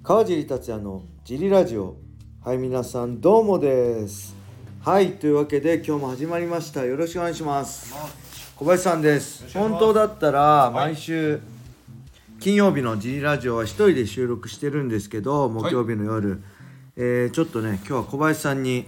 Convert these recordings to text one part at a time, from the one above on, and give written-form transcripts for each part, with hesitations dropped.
川尻達也のジリラジオ。はい、皆さんどうもです。はい、というわけで今日も始まりました。よろしくお願いします。小林さんです。本当だったら毎週金曜日のジリラジオは一人で収録してるんですけど、木曜日の夜、ちょっとね今日は小林さんに、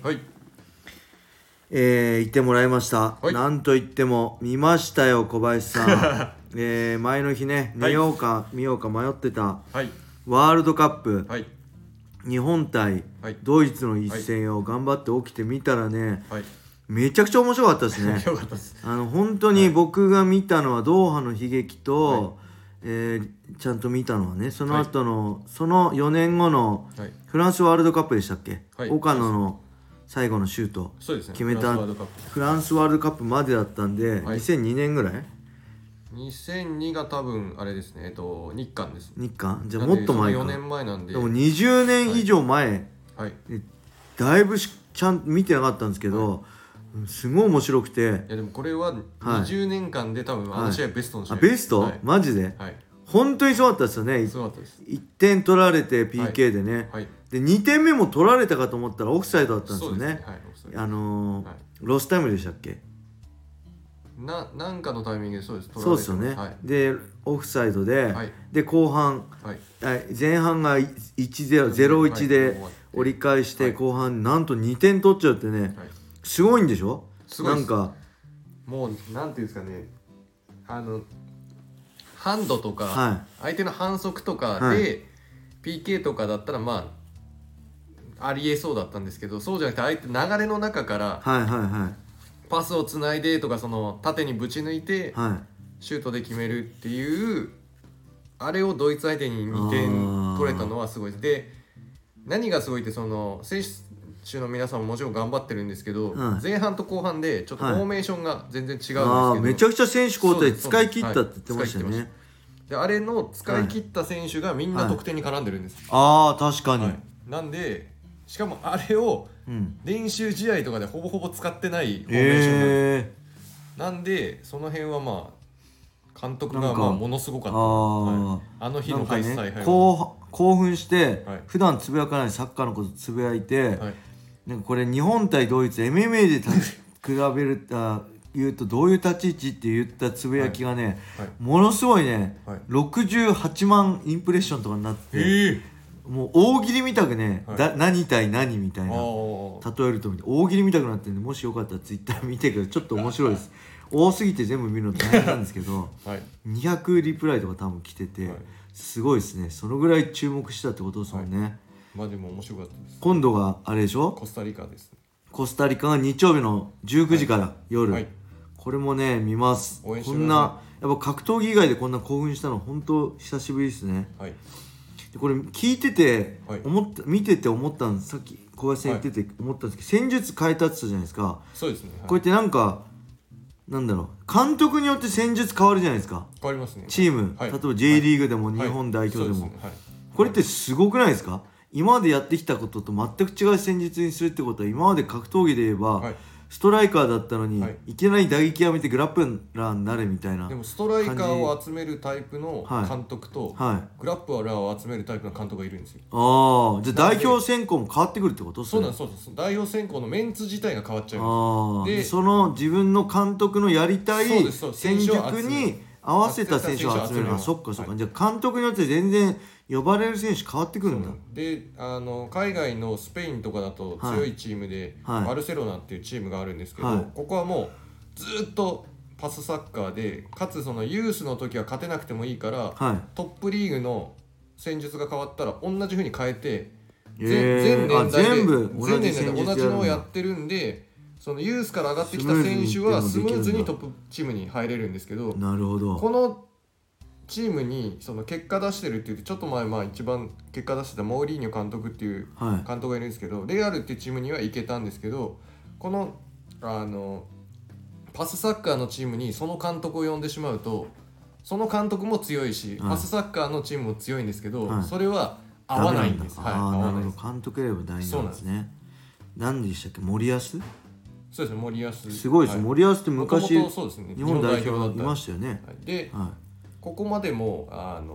いてもらいました、なんといっても見ましたよ小林さん、前の日ね見ようか迷ってた、ワールドカップ、日本対ドイツの一戦を頑張って起きてみたらね、めちゃくちゃ面白かったですね。本当に僕が見たのはドーハの悲劇と、ちゃんと見たのはねその後の、その4年後のフランスワールドカップでしたっけ、岡野の最後のシュート決めたフランスワールドカップまでだったんで、2002年ぐらい 2002が多分あれですね、日韓です。 日韓じゃあもっと前か。 4年前なんで。 でも20年以上前、だいぶちゃんと見てなかったんですけど、すごい面白くて。いやでもこれは20年間で多分あの試合ベストの試合、 ベスト、マジで、本当にすごかったですよね。 すごかったです。 1点取られて PK でね、で2点目も取られたかと思ったらオフサイドだったんですよね。ロスタイムでしたっけ。 なんかのタイミングでそうです。 そうですよね。でオフサイドで、で後半、前半が 0-1 で折り返して、後半なんと2点取っちゃうってね、すごいんでしょ。なんかもうなんていうんですかね、ハンドとか、相手の反則とかで、PK とかだったらまあありえそうだったんですけど、そうじゃなくて相手流れの中からパスをつないでとか、その縦にぶち抜いてシュートで決めるっていう、あれをドイツ相手に2点取れたのはすごいです。で何がすごいって、その選手の皆さんももちろん頑張ってるんですけど、前半と後半でちょっとフォーメーションが全然違うんですけど、 めちゃくちゃ選手交代使い切ったって言ってましたよね。 であれの使い切った選手がみんな得点に絡んでるんです。 確かに、 なんでしかもあれを練習試合とかでほぼほぼ使ってないフォーメーションなんです。なんでその辺はまあ監督がまあものすごかった。あの日の采配は興奮して、普段つぶやかないサッカーのことつぶやいて、なんかこれ日本対ドイツ MMA で比べる言うとどういう立ち位置って言ったつぶやきがね、ものすごいね、68万インプレッションとかになって、もう大喜利みたくね、何対何みたいな例えると大喜利みたくなってるんで、もしよかったらツイッター見てください。ちょっと面白いです。多すぎて全部見るの大変なんですけど、200リプライとか多分来てて、すごいですね。そのぐらい注目したってことですもんね。 まあでも面白かったです。 今度があれでしょ、 コスタリカです。 コスタリカが日曜日の19時から夜、これもね見ます。こんなやっぱ格闘技以外でこんな興奮したの本当久しぶりですね。でこれ聞いてて見てて思ったんです。さっき小林さん言ってて思ったんですけど、戦術変えたって言ったじゃないですか。 そうですね。 こうやってなんかなんだろう、監督によって戦術変わるじゃないですか。 変わりますね。 チーム、例えば J リーグでも日本代表でも、これってすごくないですか。今までやってきたことと全く違う戦術にするってことは、今まで格闘技で言えば、ストライカーだったのに、いきなり打撃やめてグラップラーになれみたいな。 でもストライカーを集めるタイプの監督と、グラップラーを集めるタイプの監督がいるんですよ。 じゃあ代表選考も変わってくるってこと？ そうなんです。そうです。代表選考のメンツ自体が変わっちゃうんです。でその自分の監督のやりたい戦術に合わせた選手を集める。そっかそっか。じゃあ監督によって全然呼ばれる選手変わってくるんだ。 で海外のスペインとかだと強いチームで、バルセロナっていうチームがあるんですけど、ここはもうずっとパスサッカーで、かつそのユースの時は勝てなくてもいいから、トップリーグの戦術が変わったら同じ風に変えて、全年代で同じのをやってるんで、そのユースから上がってきた選手はスムーズにトップチームに入れるんですけど、 なるほど。 このチームにその結果出してるって言って、ちょっと前一番結果出してたモーリーニョ監督っていう監督がいるんですけど、レアルっていうチームには行けたんですけど、このパスサッカーのチームにその監督を呼んでしまうと、その監督も強いし、パスサッカーのチームも強いんですけど、それは合わないんです。 なるほど。監督選ぶ大事なんですね。何でしたっけ、森保？そうですね、森保。 すごいです。森保って昔日本代表いましたよね。 でここまでも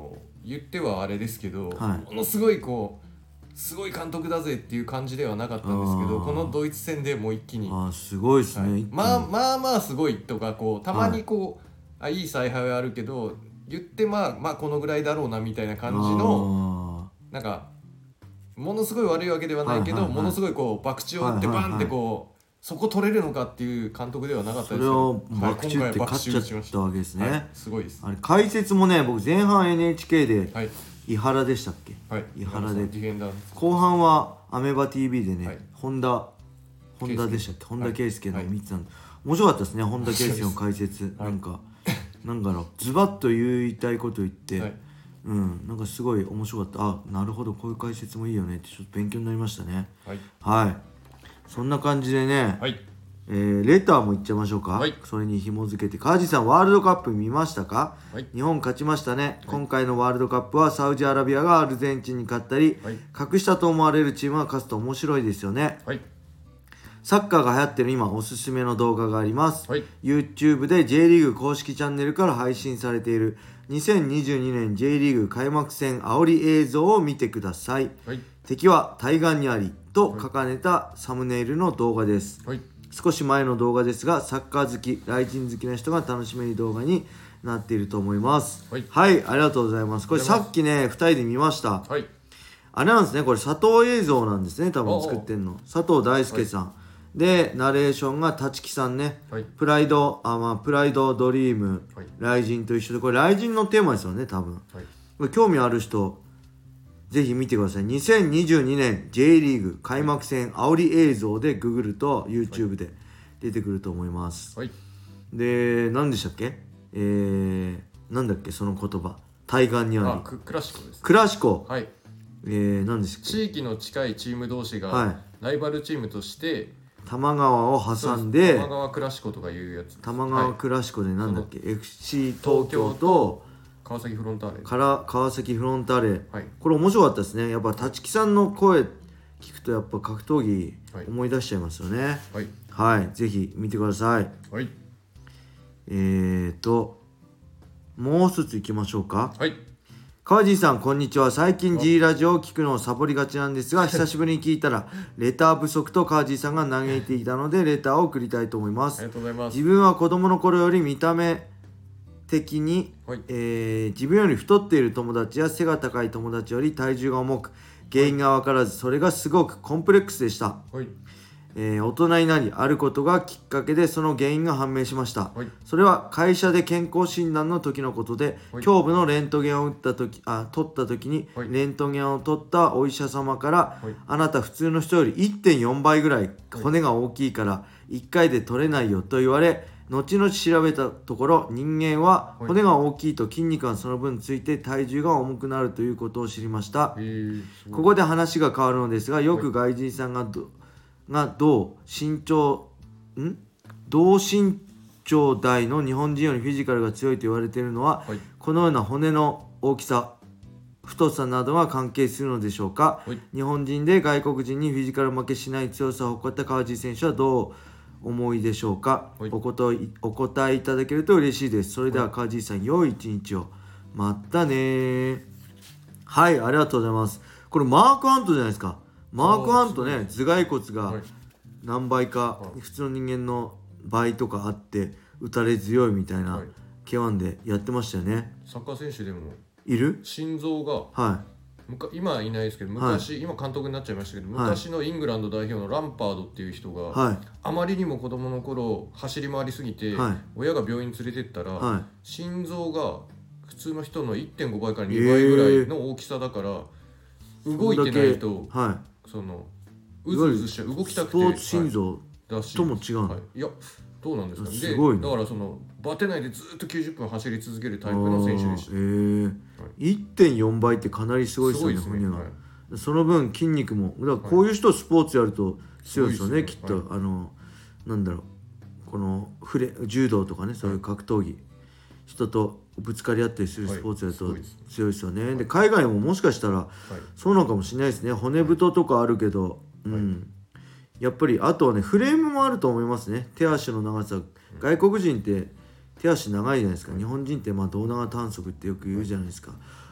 言ってはあれですけど、 はい、 ものすごいこうすごい監督だぜっていう感じではなかったんですけど、このドイツ戦でもう一気にすごいですね、 はい、まあすごいとかこうたまにこう、いい采配はあるけど言ってまあこのぐらいだろうなみたいな感じのなんかものすごい悪いわけではないけど、ものすごいこう博打を打ってバンってこう、そこ取れるのかっていう監督ではなかったですけど、 それを博打って勝っちゃったわけですね、はい、 すごいです。 あれ解説もね、僕前半 NHK で、 はい、 井原でしたっけ、 はい、 井原でディフェンダー後半はアメバ TV でね、 はい、 本田でしたっけ、本田圭佑の見てたんで、面白かったですね、本田圭佑の解説なんかズバッと言いたいこと言って、はい、なんかすごい面白かった。なるほど、こういう解説もいいよねってちょっと勉強になりましたね。 はい、 はい、そんな感じでね、 はい、 レターもいっちゃいましょうか、 はい、 それに紐付けて川地さん、ワールドカップ見ましたか？ はい、 日本勝ちましたね、はい、今回のワールドカップはサウジアラビアがアルゼンチンに勝ったり、はい、格下と思われるチームが勝つと面白いですよね、はい、サッカーが流行ってる今おすすめの動画があります、はい、YouTube で J リーグ公式チャンネルから配信されている2022年 J リーグ開幕戦煽り映像を見てください、はい、敵は対岸にありと書かれたサムネイルの動画です、はい、少し前の動画ですがサッカー好き、ライジン好きな人が楽しめる動画になっていると思います。はい、はい、ありがとうございます。これさっきね2人で見ました、はい、あれなんですね、これ佐藤映像なんですね、多分作ってんの佐藤大輔さん、はい、でナレーションが立木さんね、はい、プライドドリーム、はい、ライジンと一緒で、これライジンのテーマですよね多分、はい、これ興味ある人ぜひ見てください。2022年 J リーグ開幕戦煽り映像でググると YouTube で出てくると思います、はい、で何でしたっけ、なんだっけその言葉、対岸にあり、 クラシコです、ね、 クラシコ、 はい、 何でしたっけ、 地域の近いチーム同士がライバルチームとして多摩川を挟んで、 多摩川クラシコとかいうやつ、 多摩川クラシコでなんだっけ、はい、FC 東京と川崎フロンターレ川崎フロンターレ、はい、これ面白かったですね。やっぱ立木さんの声聞くとやっぱ格闘技思い出しちゃいますよね。はい、はい、ぜひ見てください。はい、もう一ついきましょうか。はい、川地さんこんにちは。最近 G ラジオを聞くのをサボりがちなんですが、久しぶりに聞いたらレター不足と川地さんが嘆いていたのでレターを送りたいと思います。 ありがとうございます。 自分は子供の頃より見た目的に、はい、自分より太っている友達や背が高い友達より体重が重く、原因が分からずそれがすごくコンプレックスでした、はい、大人になりあることがきっかけでその原因が判明しました、はい、それは会社で健康診断の時のことで、はい、胸部のレントゲンを取った時に、はい、レントゲンを取ったお医者様から、はい、あなた普通の人より 1.4 倍ぐらい骨が大きいから1回で取れないよと言われ、後々調べたところ人間は骨が大きいと筋肉がその分ついて体重が重くなるということを知りました。ここで話が変わるのですが、よく外人さんが同身長大の日本人よりフィジカルが強いと言われているのは、はい、このような骨の大きさ太さなどが関係するのでしょうか。はい、日本人で外国人にフィジカル負けしない強さを誇った川地選手はどう思いでしょうか。はい、お答えいただけると嬉しいです。それでは川地さん、良い一日を。またね。はい、ありがとうございます。これマーク・ハントじゃないですか。マーク・ハントね、頭蓋骨が何倍か、普通の人間の倍とかあって打たれ強いみたいな、K1 でやってましたよね。 サッカー選手でもいる心臓が、 はい、 今はいないですけど昔、はい、今監督になっちゃいましたけど、昔のイングランド代表のランパードっていう人が、はい、あまりにも子供の頃走り回りすぎて、はい、親が病院に連れてったら、はい、心臓が普通の人の 1.5 倍から2倍ぐらいの大きさだから、動いてないと、はい、そのうずうずしちゃう、動きたくてスポーツ心臓とも違うの、はい、 いやどうなんですかね。 すごいね。 だからそのバテないでずっと90分走り続けるタイプの選手でした。 1.4 倍ってかなりすごいですよね、骨が、はい、その分筋肉もだからこういう人スポーツやると強いですよね、はい、きっと、はい、なんだろう、この柔道とかね、そういう格闘技、人とぶつかり合ったりするスポーツやると強いですよね、はい、で海外ももしかしたらそうなのかもしれないですね。骨太とかあるけど、はい、やっぱりあとはね、フレームもあると思いますね。手足の長さ、外国人って手足長いじゃないですか。日本人って胴長短足ってよく言うじゃないですか。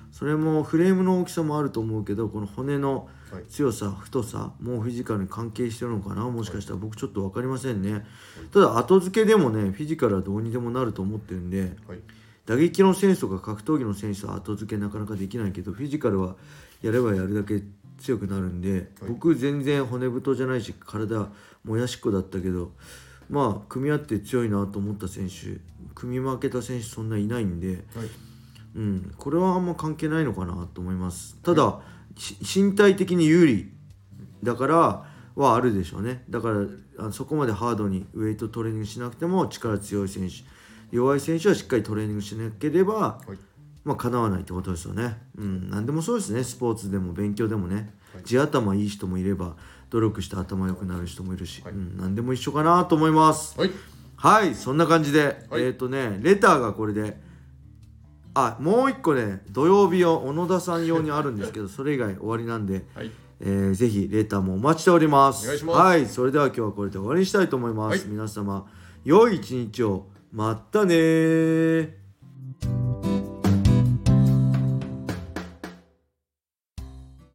それもフレームの大きさもあると思うけど、この骨の強さ、太さもフィジカルに関係してるのかな、もしかしたら。僕ちょっと分かりませんね。ただ後付けでもねフィジカルはどうにでもなると思ってるんで、打撃の選手とか格闘技の選手は後付けなかなかできないけど、フィジカルはやればやるだけ強くなるんで、僕全然骨太じゃないし体もやしっこだったけど、まあ組み合って強いなと思った選手、組み負けた選手そんないないんで、これはあんま関係ないのかなと思います。ただ、身体的に有利だからはあるでしょうね。だからそこまでハードにウェイトトレーニングしなくても力強い選手、弱い選手はしっかりトレーニングしなければ、まあかなわないってことですよね。何でもそうですね。スポーツでも勉強でもね、地頭いい人もいれば努力して頭良くなる人もいるし、何でも一緒かなと思います。はい、そんな感じで、レターがこれで、もう一個ね土曜日用小野田さん用にあるんですけど、それ以外終わりなんで、ぜひレターもお待ちしております。 お願いします。 はい、それでは今日はこれで終わりにしたいと思います。皆様良い一日を。またね。